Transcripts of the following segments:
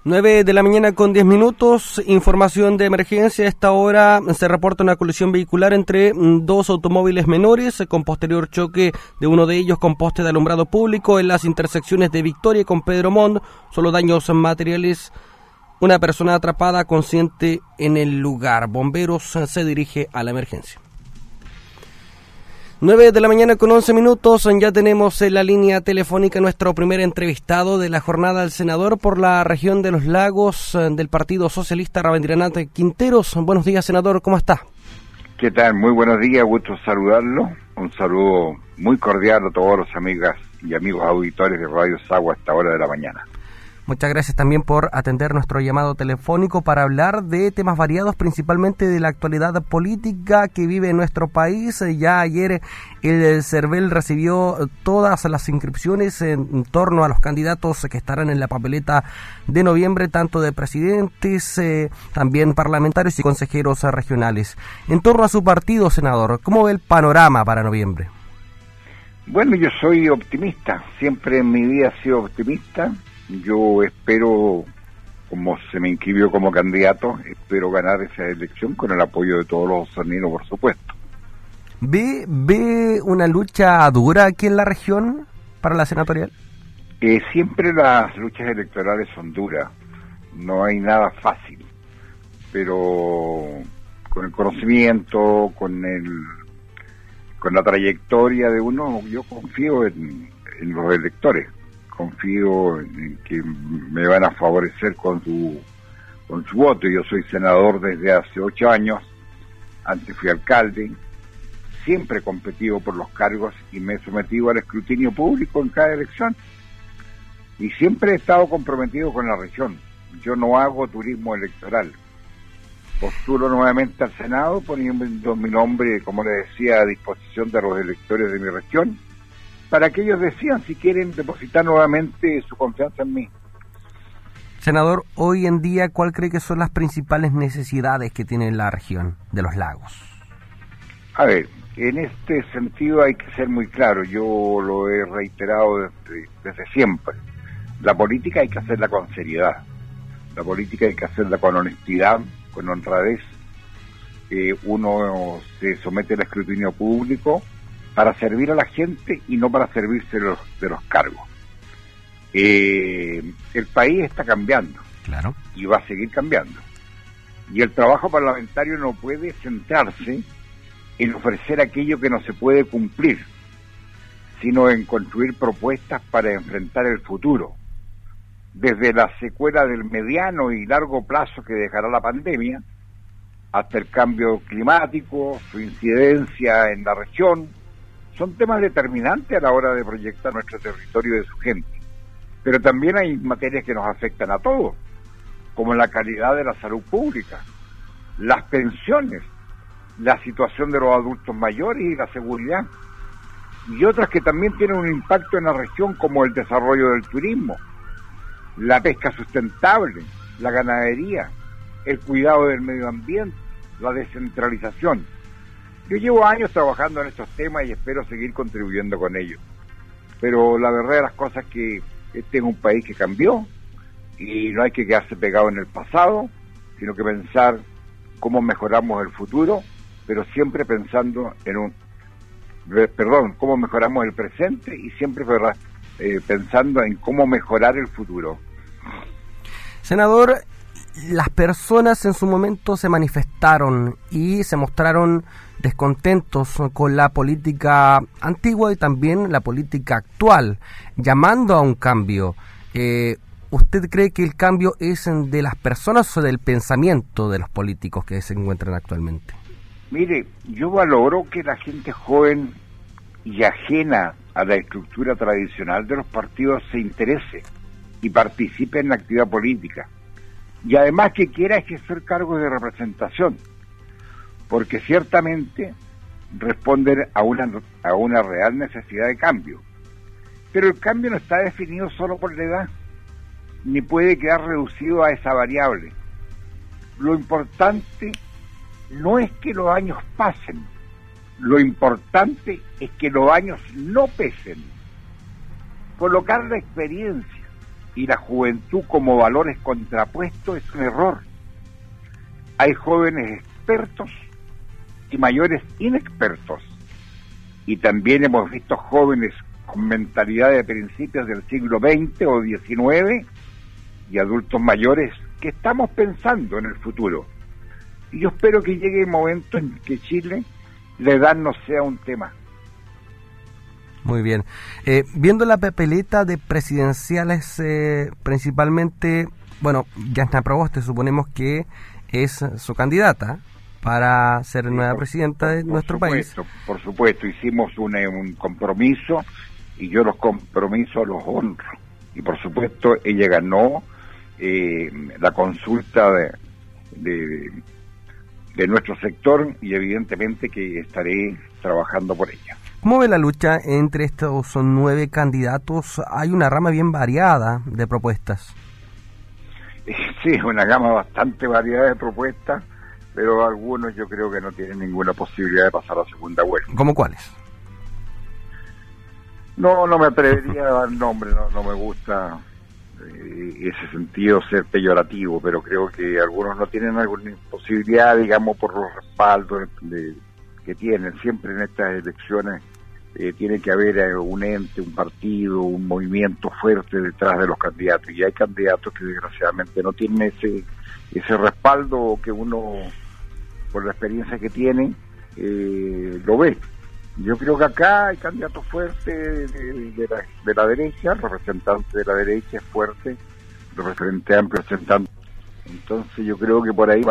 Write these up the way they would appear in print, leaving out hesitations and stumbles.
9 de la mañana con 10 minutos, información de emergencia. A esta hora se reporta una colisión vehicular entre dos automóviles menores con posterior choque de uno de ellos con poste de alumbrado público en las intersecciones de Victoria con Pedro Montt. Solo daños materiales, una persona atrapada consciente en el lugar. Bomberos se dirige a la emergencia. 9 de la mañana con 11 minutos, ya tenemos en la línea telefónica nuestro primer entrevistado de la jornada, el senador por la región de los Lagos del Partido Socialista, Rabindranath Quinteros. Buenos días, senador, ¿cómo está? ¿Qué tal? Muy buenos días, gusto saludarlo. Un saludo muy cordial a todos los amigas y amigos auditores de Radio Sagua a esta hora de la mañana. Muchas gracias también por atender nuestro llamado telefónico para hablar de temas variados, principalmente de la actualidad política que vive nuestro país. Ya ayer el CERVEL recibió todas las inscripciones en torno a los candidatos que estarán en la papeleta de noviembre, tanto de presidentes, también parlamentarios y consejeros regionales. En torno a su partido, senador, ¿cómo ve el panorama para noviembre? Bueno, yo soy optimista, siempre en mi vida he sido optimista. Yo espero, como se me inscribió como candidato, espero ganar esa elección con el apoyo de todos los osorninos, por supuesto. ¿Ve una lucha dura aquí en la región para la senatorial? Siempre las luchas electorales son duras, no hay nada fácil, pero con el conocimiento, con la trayectoria de uno, yo confío en los electores. Confío en que me van a favorecer con su voto. Yo soy senador desde hace 8 años, antes fui alcalde, siempre he competido por los cargos y me he sometido al escrutinio público en cada elección. Y siempre he estado comprometido con la región. Yo no hago turismo electoral. Postulo nuevamente al Senado poniendo mi nombre, como le decía, a disposición de los electores de mi región, para que ellos decidan si quieren depositar nuevamente su confianza en mí. Senador, hoy en día, ¿cuál cree que son las principales necesidades que tiene la región de los lagos? A ver, en este sentido hay que ser muy claro, yo lo he reiterado desde siempre. La política hay que hacerla con seriedad, la política hay que hacerla con honestidad, con honradez. Uno se somete al escrutinio público para servir a la gente y no para servirse de los cargos. El país está cambiando, claro, y va a seguir cambiando. Y el trabajo parlamentario no puede centrarse en ofrecer aquello que no se puede cumplir, sino en construir propuestas para enfrentar el futuro. Desde la secuela del mediano y largo plazo que dejará la pandemia, hasta el cambio climático, su incidencia en la región, son temas determinantes a la hora de proyectar nuestro territorio y de su gente. Pero también hay materias que nos afectan a todos, como la calidad de la salud pública, las pensiones, la situación de los adultos mayores y la seguridad, y otras que también tienen un impacto en la región, como el desarrollo del turismo, la pesca sustentable, la ganadería, el cuidado del medio ambiente, la descentralización. Yo llevo años trabajando en estos temas y espero seguir contribuyendo con ellos. Pero la verdad de las cosas es que este es un país que cambió y no hay que quedarse pegado en el pasado, sino que pensar cómo mejoramos el futuro, pero siempre pensando cómo mejoramos el presente y siempre pensando en cómo mejorar el futuro. Senador, las personas en su momento se manifestaron y se mostraron descontentos con la política antigua y también la política actual, llamando a un cambio. ¿Usted cree que el cambio es de las personas o del pensamiento de los políticos que se encuentran actualmente? Mire, yo valoro que la gente joven y ajena a la estructura tradicional de los partidos se interese y participe en la actividad política. Y además que quiera ejercer cargos de representación, porque ciertamente responden a una real necesidad de cambio. Pero el cambio no está definido solo por la edad, ni puede quedar reducido a esa variable. Lo importante no es que los años pasen, lo importante es que los años no pesen. Colocar la experiencia, y la juventud como valores contrapuestos es un error. Hay jóvenes expertos y mayores inexpertos, y también hemos visto jóvenes con mentalidad de principios del siglo XX o XIX y adultos mayores que estamos pensando en el futuro. Y yo espero que llegue el momento en que Chile, la edad no sea un tema. Muy bien. Viendo la papeleta de presidenciales, principalmente, bueno, Jasna Proboste, suponemos que es su candidata para ser nueva presidenta de nuestro país. Por supuesto, hicimos un compromiso y yo los compromisos los honro. Y por supuesto, ella ganó la consulta de nuestro sector y evidentemente que estaré trabajando por ella. ¿Cómo ve la lucha entre estos 9 candidatos? Hay una rama bien variada de propuestas. Sí, una gama bastante variada de propuestas, pero algunos yo creo que no tienen ninguna posibilidad de pasar a segunda vuelta. ¿Cómo cuáles? No me atrevería a dar nombre, no me gusta ese sentido ser peyorativo, pero creo que algunos no tienen alguna posibilidad, digamos, por los respaldos que tienen. Siempre en estas elecciones tiene que haber un ente, un partido, un movimiento fuerte detrás de los candidatos, y hay candidatos que desgraciadamente no tienen ese respaldo que uno, por la experiencia que tiene, lo ve. Yo creo que acá hay candidatos fuertes de la derecha, el representante de la derecha es fuerte, el Frente Amplio representante. Entonces yo creo que por ahí va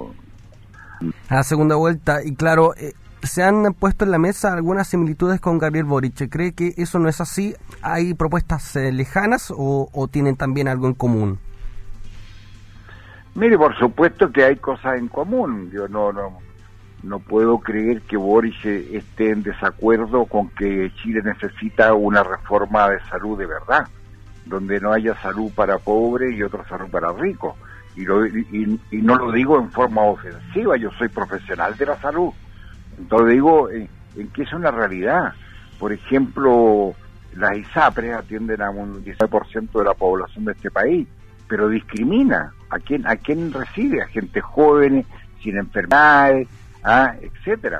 a la segunda vuelta. Y claro, se han puesto en la mesa algunas similitudes con Gabriel Boric. ¿Cree que eso no es así? ¿Hay propuestas lejanas o tienen también algo en común? Mire, por supuesto que hay cosas en común. Yo no puedo creer que Boric esté en desacuerdo con que Chile necesita una reforma de salud de verdad, donde no haya salud para pobres y otra salud para ricos. Y no lo digo en forma ofensiva, yo soy profesional de la salud. Entonces digo en que es una realidad. Por ejemplo, las ISAPRES atienden a un 19% de la población de este país, pero discrimina a quién recibe, a gente joven, sin enfermedades, etcétera.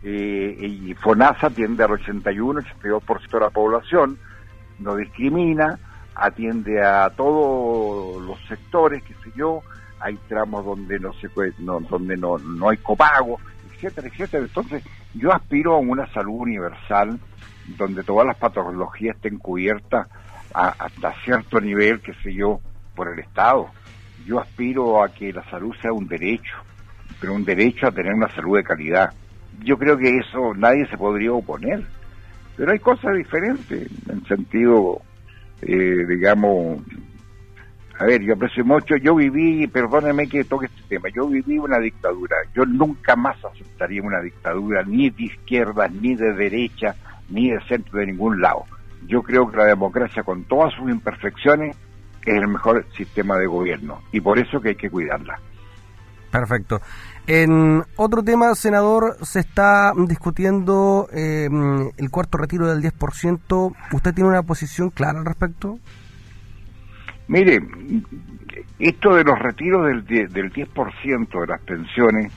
Y FONASA atiende al 82% de la población, no discrimina, atiende a todos los sectores, qué sé yo, hay tramos donde no hay copago, etcétera, etcétera. Entonces, yo aspiro a una salud universal donde todas las patologías estén cubiertas hasta cierto nivel, qué sé yo, por el Estado. Yo aspiro a que la salud sea un derecho, pero un derecho a tener una salud de calidad. Yo creo que eso nadie se podría oponer, pero hay cosas diferentes en sentido, digamos, a ver, yo aprecio mucho, yo viví, perdóneme que toque este tema, yo viví una dictadura, yo nunca más aceptaría una dictadura, ni de izquierda, ni de derecha, ni de centro, de ningún lado. Yo creo que la democracia, con todas sus imperfecciones, es el mejor sistema de gobierno, y por eso que hay que cuidarla. Perfecto. En otro tema, senador, se está discutiendo el cuarto retiro del 10%. ¿Usted tiene una posición clara al respecto? Mire, esto de los retiros del 10% de las pensiones,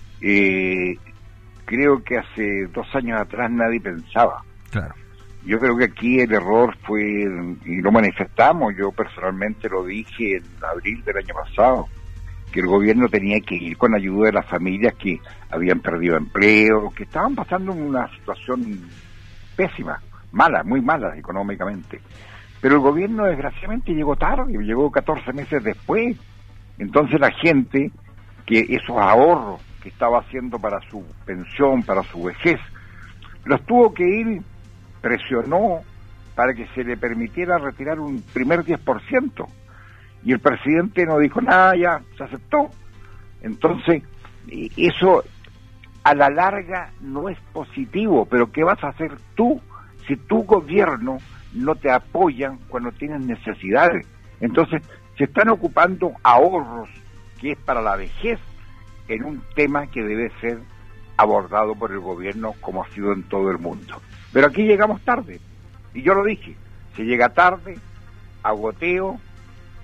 creo que hace 2 años atrás nadie pensaba. Claro. Yo creo que aquí el error fue, y lo manifestamos, yo personalmente lo dije en abril del año pasado, que el gobierno tenía que ir con ayuda de las familias que habían perdido empleo, que estaban pasando una situación pésima, mala, muy mala económicamente. Pero el gobierno desgraciadamente llegó tarde, llegó 14 meses después. Entonces la gente, que esos ahorros que estaba haciendo para su pensión, para su vejez, los tuvo que ir, presionó para que se le permitiera retirar un primer 10%. Y el presidente no dijo nada, ya se aceptó. Entonces, eso a la larga no es positivo, pero ¿qué vas a hacer tú si tu gobierno no te apoyan cuando tienes necesidades? Entonces, se están ocupando ahorros que es para la vejez en un tema que debe ser abordado por el gobierno como ha sido en todo el mundo. Pero aquí llegamos tarde, y yo lo dije, se llega tarde, a goteo,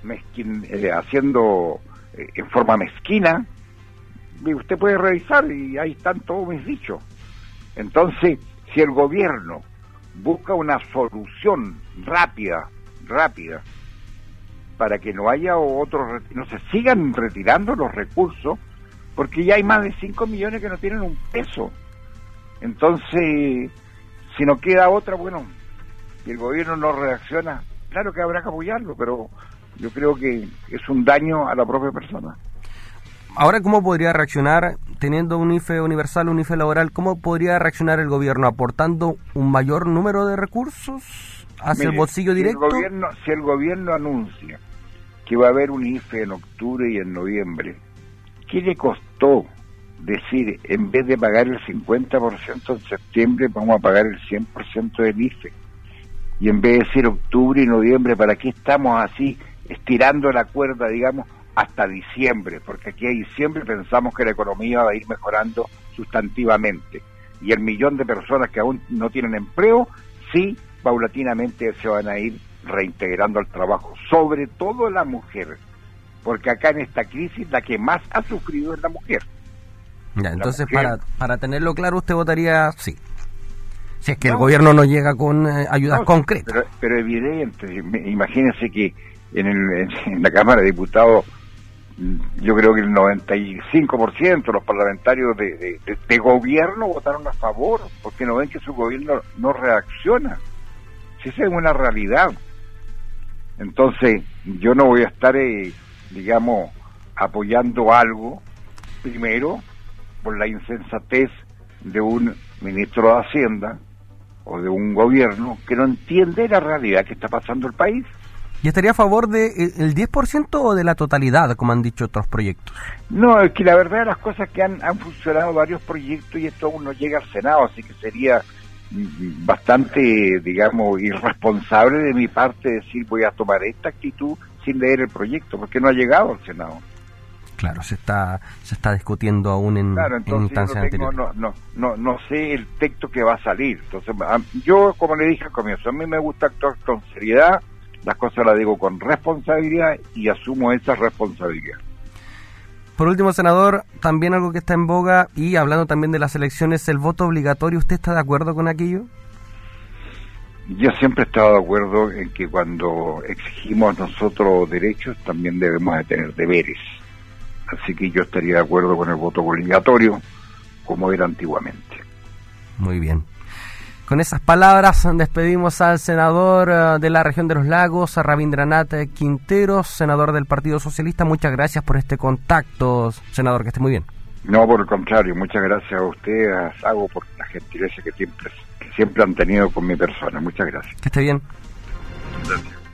haciendo en forma mezquina, usted puede revisar y ahí están todos mis dichos. Entonces, si el gobierno busca una solución rápida, para que no haya no se sigan retirando los recursos, porque ya hay más de 5 millones que no tienen un peso. Entonces, si no queda otra, bueno, y el gobierno no reacciona, claro que habrá que apoyarlo, pero yo creo que es un daño a la propia persona. Ahora, ¿cómo podría reaccionar, teniendo un IFE universal, un IFE laboral, cómo podría reaccionar el gobierno? ¿Aportando un mayor número de recursos hacia el bolsillo directo? Si el gobierno anuncia que va a haber un IFE en octubre y en noviembre, ¿qué le costó decir, en vez de pagar el 50% en septiembre, vamos a pagar el 100% del IFE? Y en vez de decir octubre y noviembre, ¿para qué estamos así estirando la cuerda, digamos, hasta diciembre? Porque aquí a diciembre pensamos que la economía va a ir mejorando sustantivamente. Y el millón de personas que aún no tienen empleo, sí, paulatinamente se van a ir reintegrando al trabajo, sobre todo la mujer, porque acá en esta crisis la que más ha sufrido es la mujer. Ya, entonces para tenerlo claro, usted votaría sí. Si es que el gobierno no llega con ayudas concretas. Pero evidente, imagínense que en la Cámara de Diputados, yo creo que el 95% de los parlamentarios de gobierno votaron a favor, porque no ven que su gobierno no reacciona. Si esa es una realidad. Entonces, yo no voy a estar, digamos, apoyando algo, primero, por la insensatez de un ministro de Hacienda o de un gobierno que no entiende la realidad que está pasando el país. ¿Y estaría a favor del 10% o de la totalidad, como han dicho otros proyectos? No, es que la verdad de las cosas que han funcionado varios proyectos y esto aún no llega al Senado, así que sería bastante, digamos, irresponsable de mi parte decir voy a tomar esta actitud sin leer el proyecto, porque no ha llegado al Senado. Claro, se está discutiendo aún en instancias anteriores. No sé el texto que va a salir. Entonces, yo, como le dije al comienzo, a mí me gusta actuar con seriedad, las cosas las digo con responsabilidad y asumo esa responsabilidad. Por último, senador, también algo que está en boga, y hablando también de las elecciones, el voto obligatorio, ¿usted está de acuerdo con aquello? Yo siempre he estado de acuerdo en que cuando exigimos nosotros derechos, también debemos de tener deberes. Así que yo estaría de acuerdo con el voto obligatorio, como era antiguamente. Muy bien. Con esas palabras despedimos al senador de la región de los Lagos, a Rabindranath Quinteros, senador del Partido Socialista. Muchas gracias por este contacto, senador, que esté muy bien. No, por el contrario, muchas gracias a usted, a Sago, por la gentileza que siempre han tenido con mi persona. Muchas gracias. Que esté bien. Gracias.